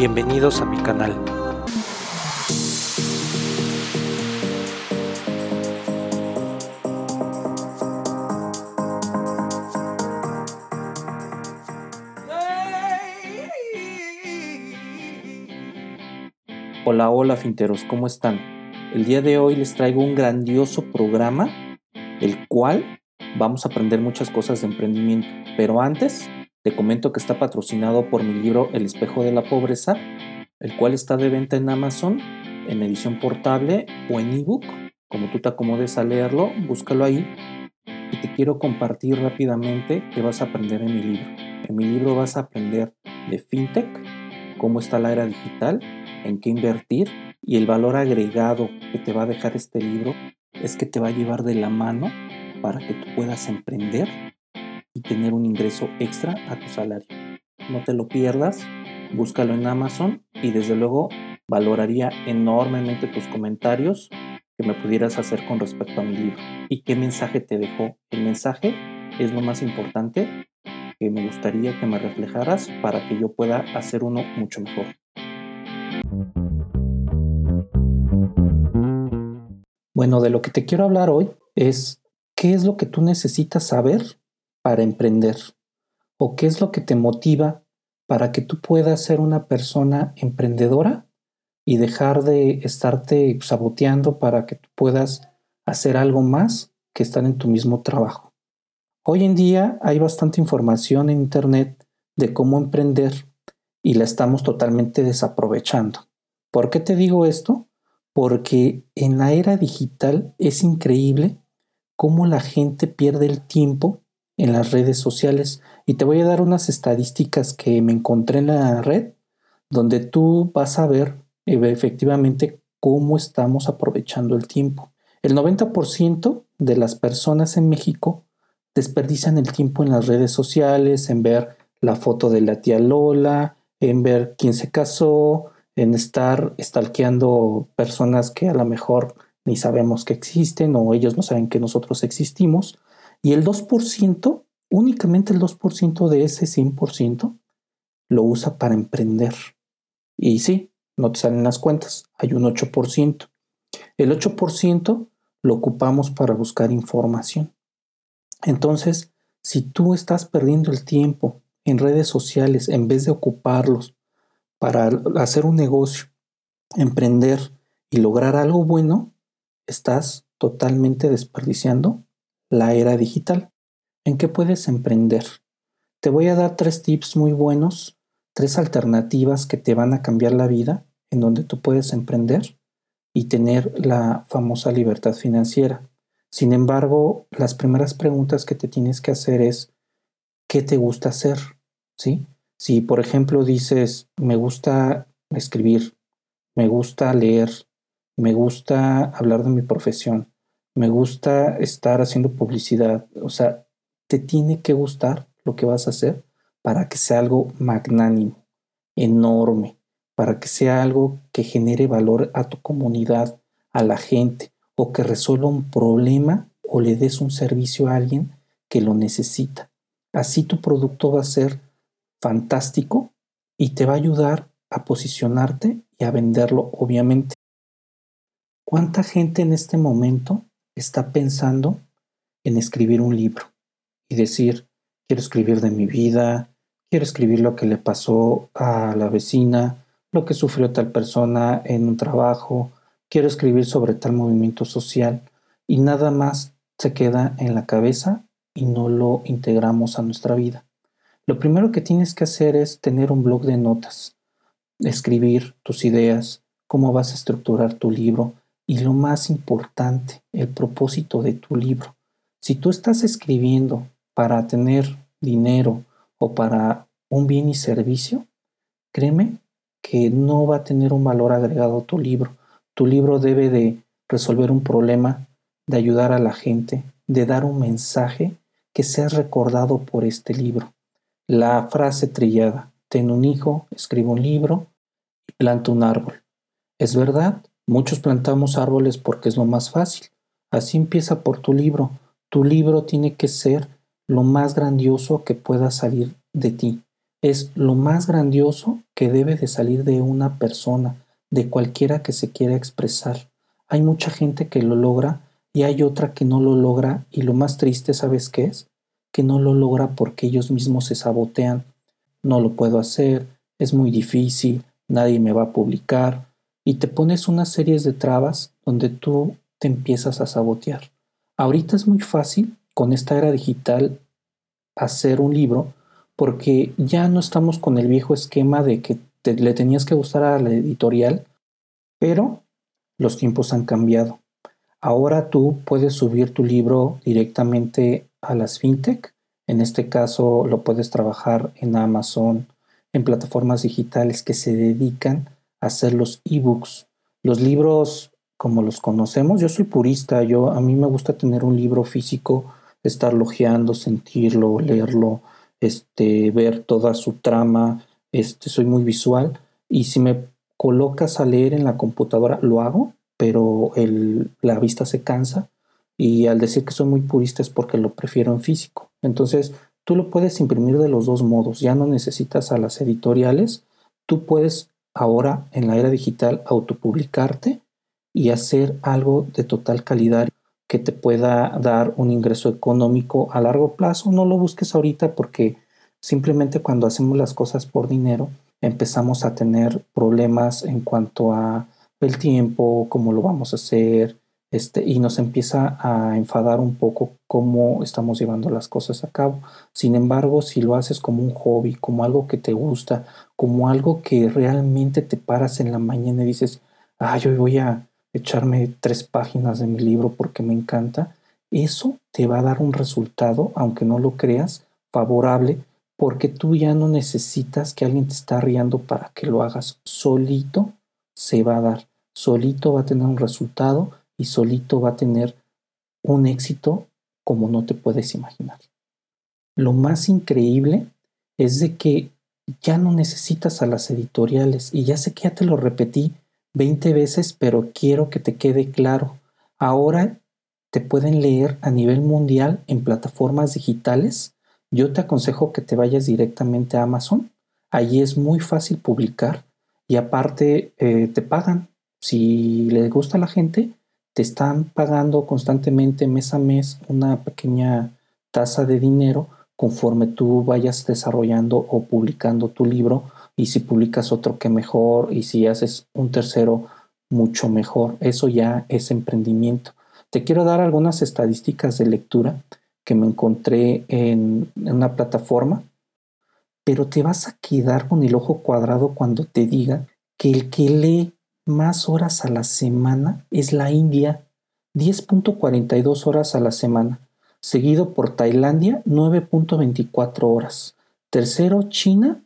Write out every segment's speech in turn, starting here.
Bienvenidos a mi canal. Hola finteros, ¿cómo están? El día de hoy les traigo un grandioso programa, el cual vamos a aprender muchas cosas de emprendimiento. Pero antes, te comento que está patrocinado por mi libro El espejo de la pobreza, el cual está de venta en Amazon, en edición portable o en ebook. Como tú te acomodes a leerlo, búscalo ahí. Y te quiero compartir rápidamente qué vas a aprender en mi libro. En mi libro vas a aprender de fintech, cómo está la era digital, en qué invertir, y el valor agregado que te va a dejar este libro es que te va a llevar de la mano para que tú puedas emprender y tener un ingreso extra a tu salario. No te lo pierdas, búscalo en Amazon y desde luego valoraría enormemente tus comentarios que me pudieras hacer con respecto a mi libro. ¿Y qué mensaje te dejó? El mensaje es lo más importante que me gustaría que me reflejaras para que yo pueda hacer uno mucho mejor. Bueno, de lo que te quiero hablar hoy es qué es lo que tú necesitas saber para emprender o qué es lo que te motiva para que tú puedas ser una persona emprendedora y dejar de estarte saboteando para que tú puedas hacer algo más que estar en tu mismo trabajo. Hoy en día hay bastante información en internet de cómo emprender y la estamos totalmente desaprovechando. ¿Por qué te digo esto? Porque en la era digital es increíble cómo la gente pierde el tiempo en las redes sociales. Y te voy a dar unas estadísticas que me encontré en la red, donde tú vas a ver efectivamente cómo estamos aprovechando el tiempo. El 90% de las personas en México desperdician el tiempo en las redes sociales, en ver la foto de la tía Lola, en ver quién se casó, en estar stalkeando personas que a lo mejor ni sabemos que existen o ellos no saben que nosotros existimos. Y el 2%, únicamente el 2% de ese 100% lo usa para emprender. Y sí, no te salen las cuentas, hay un 8%. El 8% lo ocupamos para buscar información. Entonces, si tú estás perdiendo el tiempo en redes sociales en vez de ocuparlos para hacer un negocio, emprender y lograr algo bueno, estás totalmente desperdiciando la era digital. ¿En qué puedes emprender? Te voy a dar 3 tips muy buenos, 3 alternativas que te van a cambiar la vida en donde tú puedes emprender y tener la famosa libertad financiera. Sin embargo, las primeras preguntas que te tienes que hacer es, ¿qué te gusta hacer? ¿Sí? Si, por ejemplo, dices, me gusta escribir, me gusta leer, me gusta hablar de mi profesión, me gusta estar haciendo publicidad, o sea, te tiene que gustar lo que vas a hacer para que sea algo magnánimo, enorme, para que sea algo que genere valor a tu comunidad, a la gente, o que resuelva un problema o le des un servicio a alguien que lo necesita. Así tu producto va a ser fantástico y te va a ayudar a posicionarte y a venderlo, obviamente. ¿Cuánta gente en este momento está pensando en escribir un libro y decir, quiero escribir de mi vida, quiero escribir lo que le pasó a la vecina, lo que sufrió tal persona en un trabajo, quiero escribir sobre tal movimiento social, y nada más se queda en la cabeza y no lo integramos a nuestra vida? Lo primero que tienes que hacer es tener un blog de notas, escribir tus ideas, cómo vas a estructurar tu libro y lo más importante, el propósito de tu libro. Si tú estás escribiendo para tener dinero o para un bien y servicio, créeme que no va a tener un valor agregado tu libro. Tu libro debe de resolver un problema, de ayudar a la gente, de dar un mensaje que sea recordado por este libro. La frase trillada, ten un hijo, escribe un libro y planta un árbol. Es verdad, muchos plantamos árboles porque es lo más fácil. Así empieza por tu libro. Tu libro tiene que ser lo más grandioso que pueda salir de ti. es lo más grandioso que debe de salir de una persona, de cualquiera que se quiera expresar. Hay mucha gente que lo logra y hay otra que no lo logra, y lo más triste, ¿sabes qué es? Que no lo logra porque ellos mismos se sabotean. No lo puedo hacer, es muy difícil, nadie me va a publicar, y te pones una serie de trabas donde tú te empiezas a sabotear. Ahorita es muy fácil con esta era digital hacer un libro porque ya no estamos con el viejo esquema de que le tenías que gustar a la editorial, pero los tiempos han cambiado. Ahora tú puedes subir tu libro directamente a las fintech. En este caso lo puedes trabajar en Amazon, en plataformas digitales que se dedican a hacer los ebooks. Los libros como los conocemos, yo soy purista, a mí me gusta tener un libro físico, estarlo hojeando, sentirlo, leerlo, ver toda su trama, soy muy visual, y si me colocas a leer en la computadora, lo hago, pero la vista se cansa, y al decir que soy muy purista es porque lo prefiero en físico. Entonces, tú lo puedes imprimir de los dos modos, ya no necesitas a las editoriales, tú puedes ahora en la era digital autopublicarte y hacer algo de total calidad que te pueda dar un ingreso económico a largo plazo. No lo busques ahorita porque simplemente cuando hacemos las cosas por dinero empezamos a tener problemas en cuanto a el tiempo, cómo lo vamos a hacer, y nos empieza a enfadar un poco cómo estamos llevando las cosas a cabo. Sin embargo, si lo haces como un hobby, como algo que te gusta, como algo que realmente te paras en la mañana y dices, yo voy a echarme 3 páginas de mi libro porque me encanta, eso te va a dar un resultado, aunque no lo creas, favorable, porque tú ya no necesitas que alguien te está riendo para que lo hagas. Solito se va a dar, solito va a tener un resultado y solito va a tener un éxito como no te puedes imaginar. Lo más increíble es de que ya no necesitas a las editoriales, y ya sé que ya te lo repetí 20 veces, pero quiero que te quede claro. Ahora te pueden leer a nivel mundial en plataformas digitales. Yo te aconsejo que te vayas directamente a Amazon. Allí es muy fácil publicar, y aparte te pagan. Si les gusta a la gente, te están pagando constantemente mes a mes una pequeña tasa de dinero conforme tú vayas desarrollando o publicando tu libro, y si publicas otro, que mejor, y si haces un tercero, mucho mejor. Eso ya es emprendimiento. Te quiero dar algunas estadísticas de lectura que me encontré en una plataforma, pero te vas a quedar con el ojo cuadrado cuando te diga que el que lee más horas a la semana es la India, 10.42 horas a la semana, seguido por Tailandia, 9.24 horas. Tercero, China,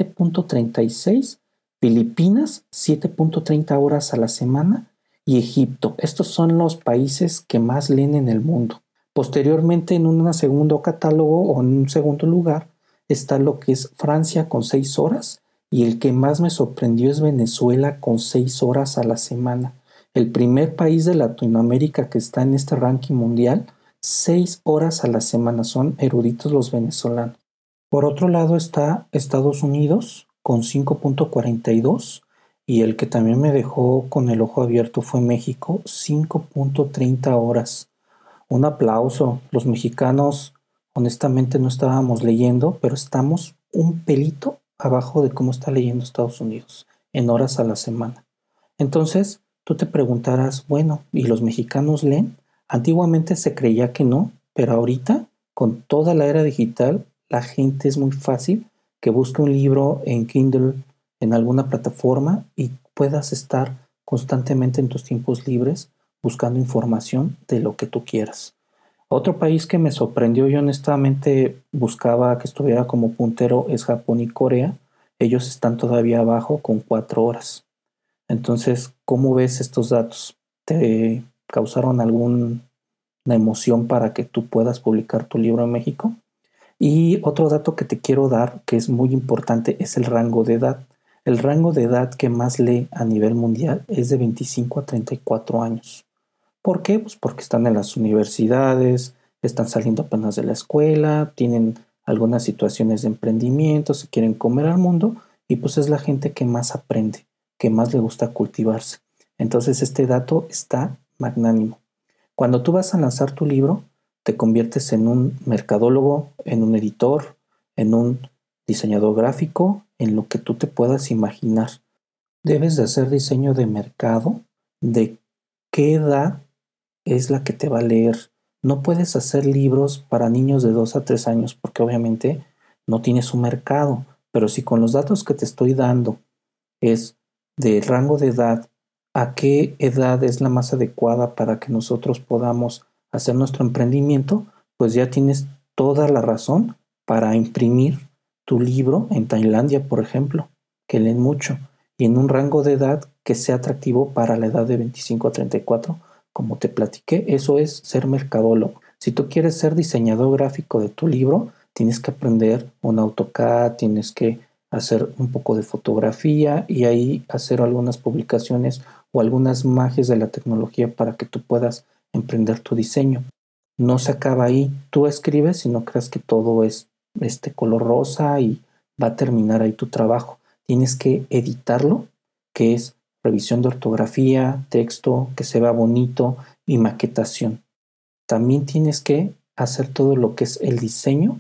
7.36, Filipinas, 7.30 horas a la semana, y Egipto. Estos son los países que más leen en el mundo. Posteriormente, en un segundo catálogo o en un segundo lugar, está lo que es Francia con 6 horas, y el que más me sorprendió es Venezuela con 6 horas a la semana. El primer país de Latinoamérica que está en este ranking mundial, 6 horas a la semana. Son eruditos los venezolanos. Por otro lado está Estados Unidos con 5.42, y el que también me dejó con el ojo abierto fue México, 5.30 horas. Un aplauso. Los mexicanos, honestamente, no estábamos leyendo, pero estamos un pelito abajo de cómo está leyendo Estados Unidos en horas a la semana. Entonces, tú te preguntarás, bueno, ¿y los mexicanos leen? Antiguamente se creía que no, pero ahorita, con toda la era digital, la gente es muy fácil que busque un libro en Kindle, en alguna plataforma, y puedas estar constantemente en tus tiempos libres buscando información de lo que tú quieras. Otro país que me sorprendió, y honestamente buscaba que estuviera como puntero, es Japón y Corea. Ellos están todavía abajo con 4 horas. Entonces, ¿cómo ves estos datos? ¿Te causaron alguna emoción para que tú puedas publicar tu libro en México? Y otro dato que te quiero dar, que es muy importante, es el rango de edad. El rango de edad que más lee a nivel mundial es de 25 a 34 años. ¿Por qué? Pues porque están en las universidades, están saliendo apenas de la escuela, tienen algunas situaciones de emprendimiento, se quieren comer al mundo y pues es la gente que más aprende, que más le gusta cultivarse. Entonces este dato está magnánimo. Cuando tú vas a lanzar tu libro, te conviertes en un mercadólogo, en un editor, en un diseñador gráfico, en lo que tú te puedas imaginar. Debes de hacer diseño de mercado, de qué edad es la que te va a leer. No puedes hacer libros para niños de 2 a 3 años porque obviamente no tienes un mercado, pero si con los datos que te estoy dando es de rango de edad, a qué edad es la más adecuada para que nosotros podamos hacer nuestro emprendimiento, pues ya tienes toda la razón para imprimir tu libro en Tailandia, por ejemplo, que leen mucho, y en un rango de edad que sea atractivo para la edad de 25 a 34, como te platiqué. Eso es ser mercadólogo. Si tú quieres ser diseñador gráfico de tu libro, tienes que aprender un AutoCAD, tienes que hacer un poco de fotografía y ahí hacer algunas publicaciones o algunas magias de la tecnología para que tú puedas emprender tu diseño. No se acaba ahí. Tú escribes y no creas que todo es este color rosa y va a terminar ahí tu trabajo. Tienes que editarlo, que es revisión de ortografía, texto, que se vea bonito y maquetación. También tienes que hacer todo lo que es el diseño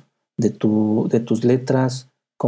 de tus letras,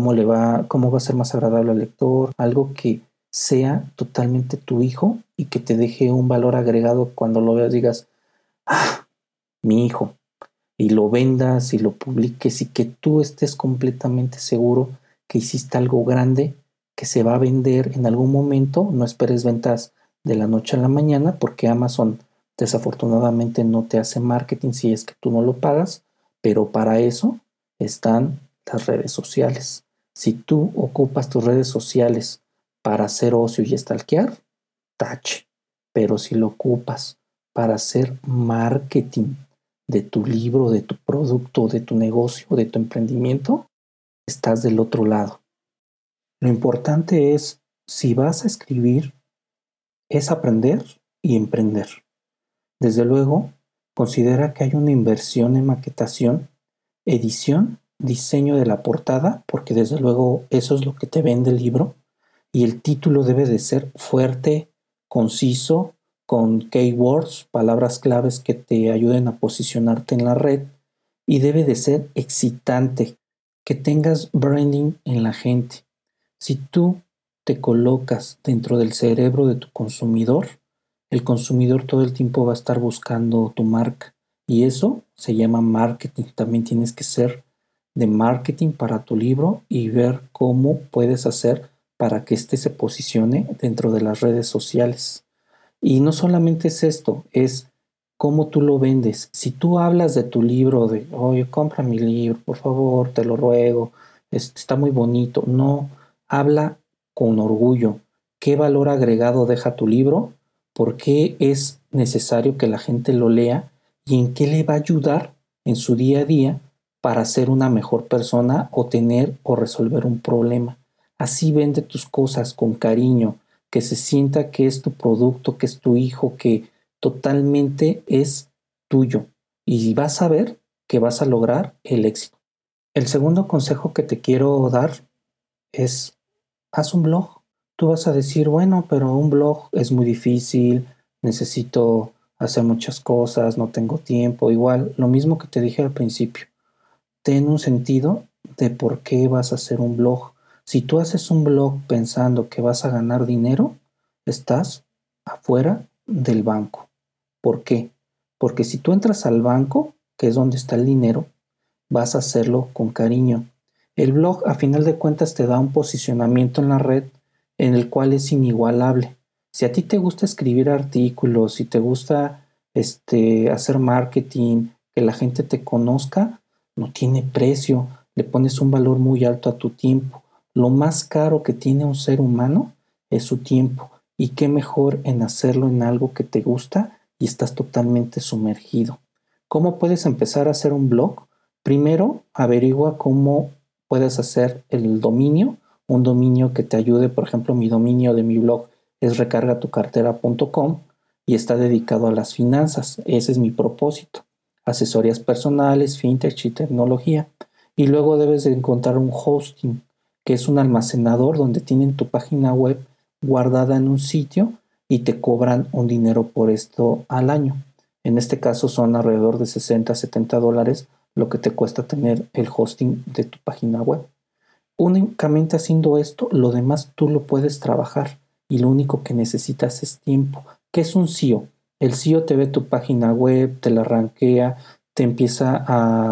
cómo va a ser más agradable al lector, algo que sea totalmente tu hijo y que te deje un valor agregado cuando lo veas, digas, ah, mi hijo, y lo vendas y lo publiques y que tú estés completamente seguro que hiciste algo grande que se va a vender en algún momento. No esperes ventas de la noche a la mañana porque Amazon desafortunadamente no te hace marketing si es que tú no lo pagas, pero para eso están las redes sociales. Si tú ocupas tus redes sociales para hacer ocio y stalkear, tache. Pero si lo ocupas para hacer marketing de tu libro, de tu producto, de tu negocio, de tu emprendimiento, estás del otro lado. Lo importante es, si vas a escribir, es aprender y emprender. Desde luego, considera que hay una inversión en maquetación, edición, diseño de la portada, porque desde luego eso es lo que te vende el libro, y el título debe de ser fuerte, conciso, con keywords, palabras claves que te ayuden a posicionarte en la red, y debe de ser excitante, que tengas branding en la gente. Si tú te colocas dentro del cerebro de tu consumidor, el consumidor todo el tiempo va a estar buscando tu marca y eso se llama marketing. También tienes que ser de marketing para tu libro y ver cómo puedes hacer para que éste se posicione dentro de las redes sociales. Y no solamente es esto, es cómo tú lo vendes. Si tú hablas de tu libro, de, oye, compra mi libro, por favor, te lo ruego, está muy bonito. No, habla con orgullo. ¿Qué valor agregado deja tu libro? ¿Por qué es necesario que la gente lo lea? ¿Y en qué le va a ayudar en su día a día para ser una mejor persona o tener o resolver un problema? Así vende tus cosas con cariño, que se sienta que es tu producto, que es tu hijo, que totalmente es tuyo y vas a ver que vas a lograr el éxito. El segundo consejo que te quiero dar es haz un blog. Tú vas a decir, bueno, pero un blog es muy difícil, necesito hacer muchas cosas, no tengo tiempo. Igual, lo mismo que te dije al principio, ten un sentido de por qué vas a hacer un blog. Si tú haces un blog pensando que vas a ganar dinero, estás afuera del banco. ¿Por qué? Porque si tú entras al banco, que es donde está el dinero, vas a hacerlo con cariño. El blog, a final de cuentas, te da un posicionamiento en la red en el cual es inigualable. Si a ti te gusta escribir artículos, si te gusta hacer marketing, que la gente te conozca, no tiene precio. Le pones un valor muy alto a tu tiempo. Lo más caro que tiene un ser humano es su tiempo. Y qué mejor en hacerlo en algo que te gusta y estás totalmente sumergido. ¿Cómo puedes empezar a hacer un blog? Primero, averigua cómo puedes hacer el dominio, un dominio que te ayude. Por ejemplo, mi dominio de mi blog es recargatucartera.com y está dedicado a las finanzas. Ese es mi propósito. Asesorías personales, fintech y tecnología. y luego debes de encontrar un hosting, que es un almacenador donde tienen tu página web guardada en un sitio y te cobran un dinero por esto al año. En este caso son alrededor de 60, $70 lo que te cuesta tener el hosting de tu página web. Únicamente haciendo esto, lo demás tú lo puedes trabajar y lo único que necesitas es tiempo. ¿Qué es un SEO? El SEO te ve tu página web, te la rankea, te empieza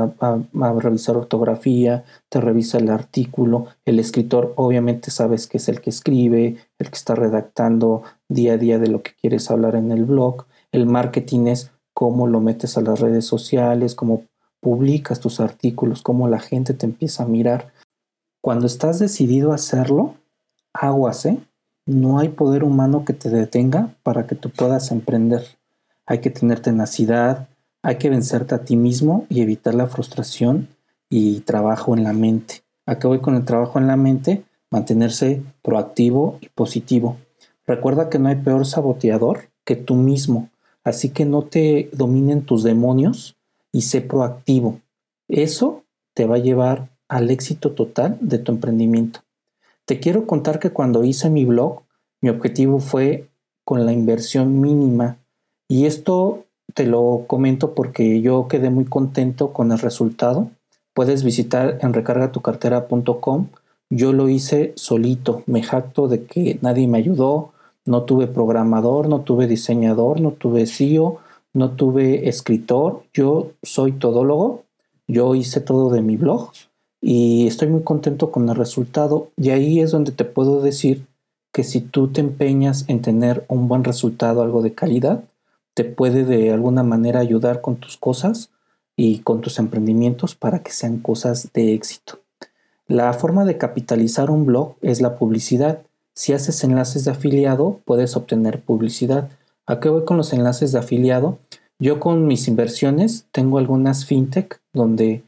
a revisar ortografía, te revisa el artículo. El escritor obviamente sabes que es el que escribe, el que está redactando día a día de lo que quieres hablar en el blog. El marketing es cómo lo metes a las redes sociales, cómo publicas tus artículos, cómo la gente te empieza a mirar. Cuando estás decidido a hacerlo, aguas, ¿eh? No hay poder humano que te detenga para que tú puedas emprender. Hay que tener tenacidad, hay que vencerte a ti mismo y evitar la frustración y trabajo en la mente. ¿A qué voy con el trabajo en la mente? Mantenerse proactivo y positivo. Recuerda que no hay peor saboteador que tú mismo, así que no te dominen tus demonios y sé proactivo. Eso te va a llevar al éxito total de tu emprendimiento. Te quiero contar que cuando hice mi blog, mi objetivo fue con la inversión mínima y esto te lo comento porque yo quedé muy contento con el resultado. Puedes visitar en recargatucartera.com. Yo lo hice solito, me jacto de que nadie me ayudó, no tuve programador, no tuve diseñador, no tuve SEO, no tuve escritor, yo soy todólogo, yo hice todo de mi blog y estoy muy contento con el resultado y ahí es donde te puedo decir que si tú te empeñas en tener un buen resultado, algo de calidad, te puede de alguna manera ayudar con tus cosas y con tus emprendimientos para que sean cosas de éxito. La forma de capitalizar un blog es la publicidad. Si haces enlaces de afiliado, puedes obtener publicidad. ¿A qué voy con los enlaces de afiliado? Yo con mis inversiones tengo algunas fintech donde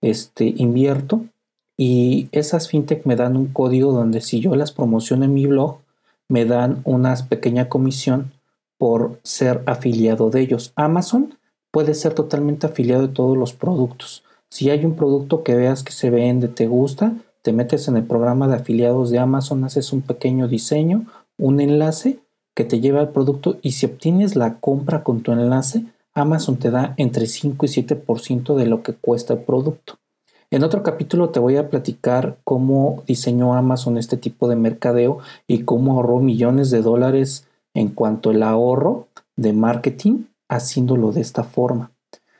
invierto y esas fintech me dan un código donde si yo las promociono en mi blog, me dan una pequeña comisión por ser afiliado de ellos. Amazon puede ser totalmente afiliado de todos los productos. Si hay un producto que veas que se vende, te gusta, te metes en el programa de afiliados de Amazon, haces un pequeño diseño, un enlace que te lleva al producto y si obtienes la compra con tu enlace, Amazon te da entre 5 y 7% de lo que cuesta el producto. En otro capítulo te voy a platicar cómo diseñó Amazon este tipo de mercadeo y cómo ahorró millones de dólares en cuanto al ahorro de marketing haciéndolo de esta forma.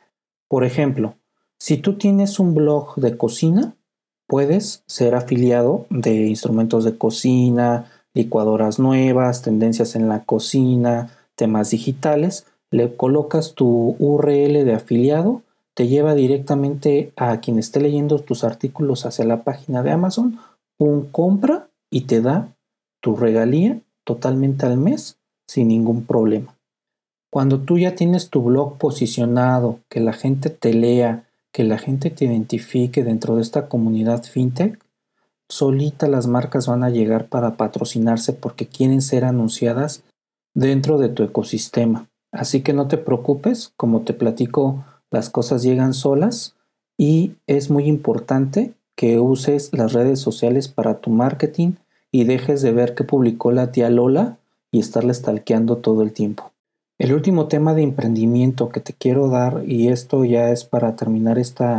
Por ejemplo, si tú tienes un blog de cocina, puedes ser afiliado de instrumentos de cocina, licuadoras nuevas, tendencias en la cocina, temas digitales, le colocas tu URL de afiliado, te lleva directamente a quien esté leyendo tus artículos hacia la página de Amazon, un compra y te da tu regalía totalmente al mes sin ningún problema. Cuando tú ya tienes tu blog posicionado, que la gente te lea, que la gente te identifique dentro de esta comunidad fintech, solita las marcas van a llegar para patrocinarse porque quieren ser anunciadas dentro de tu ecosistema. Así que no te preocupes, como te platico, las cosas llegan solas y es muy importante que uses las redes sociales para tu marketing y dejes de ver qué publicó la tía Lola y estarle stalkeando todo el tiempo. El último tema de emprendimiento que te quiero dar, y esto ya es para terminar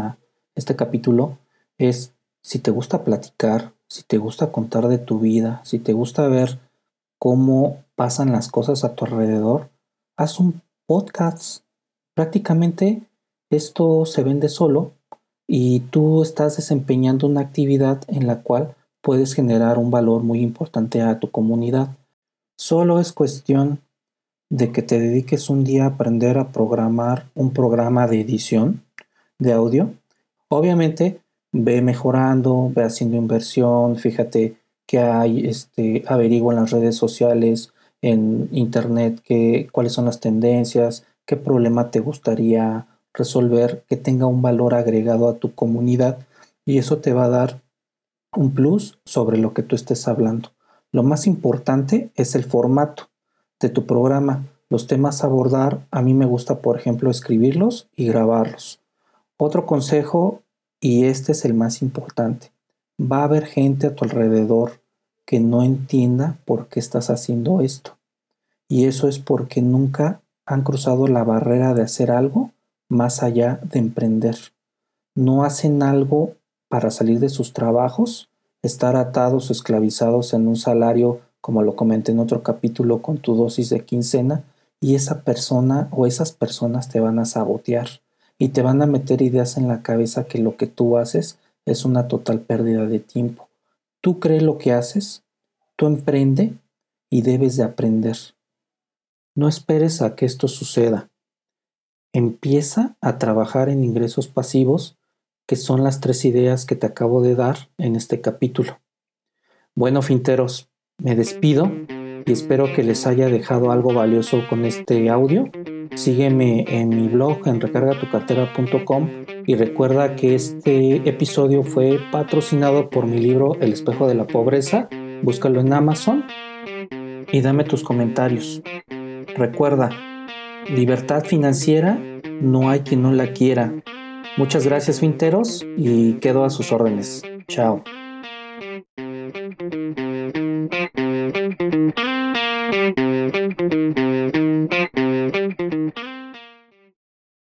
este capítulo, es si te gusta platicar, si te gusta contar de tu vida, si te gusta ver cómo pasan las cosas a tu alrededor, haz un podcast. Prácticamente esto se vende solo y tú estás desempeñando una actividad en la cual puedes generar un valor muy importante a tu comunidad. Solo es cuestión de que te dediques un día a aprender a programar un programa de edición de audio. Obviamente, ve mejorando, ve haciendo inversión, fíjate que hay, averigua en las redes sociales, en internet, cuáles son las tendencias, qué problema te gustaría resolver, que tenga un valor agregado a tu comunidad y eso te va a dar un plus sobre lo que tú estés hablando. Lo más importante es el formato de tu programa. Los temas a abordar, a mí me gusta, por ejemplo, escribirlos y grabarlos. Otro consejo Y este es el más importante. Va a haber gente a tu alrededor que no entienda por qué estás haciendo esto. Y eso es porque nunca han cruzado la barrera de hacer algo más allá de emprender. No hacen algo para salir de sus trabajos, estar atados o esclavizados en un salario, como lo comenté en otro capítulo, con tu dosis de quincena, y esa persona o esas personas te van a sabotear y te van a meter ideas en la cabeza que lo que tú haces es una total pérdida de tiempo. Tú crees lo que haces, tú emprende y debes de aprender. No esperes a que esto suceda. Empieza a trabajar en ingresos pasivos, que son las 3 ideas que te acabo de dar en este capítulo. Bueno, finteros, me despido y espero que les haya dejado algo valioso con este audio. Sígueme en mi blog en recargatucartera.com y recuerda que este episodio fue patrocinado por mi libro El espejo de la pobreza. Búscalo en Amazon y dame tus comentarios. Recuerda, libertad financiera no hay quien no la quiera. Muchas gracias, finteros, y quedo a sus órdenes. Chao.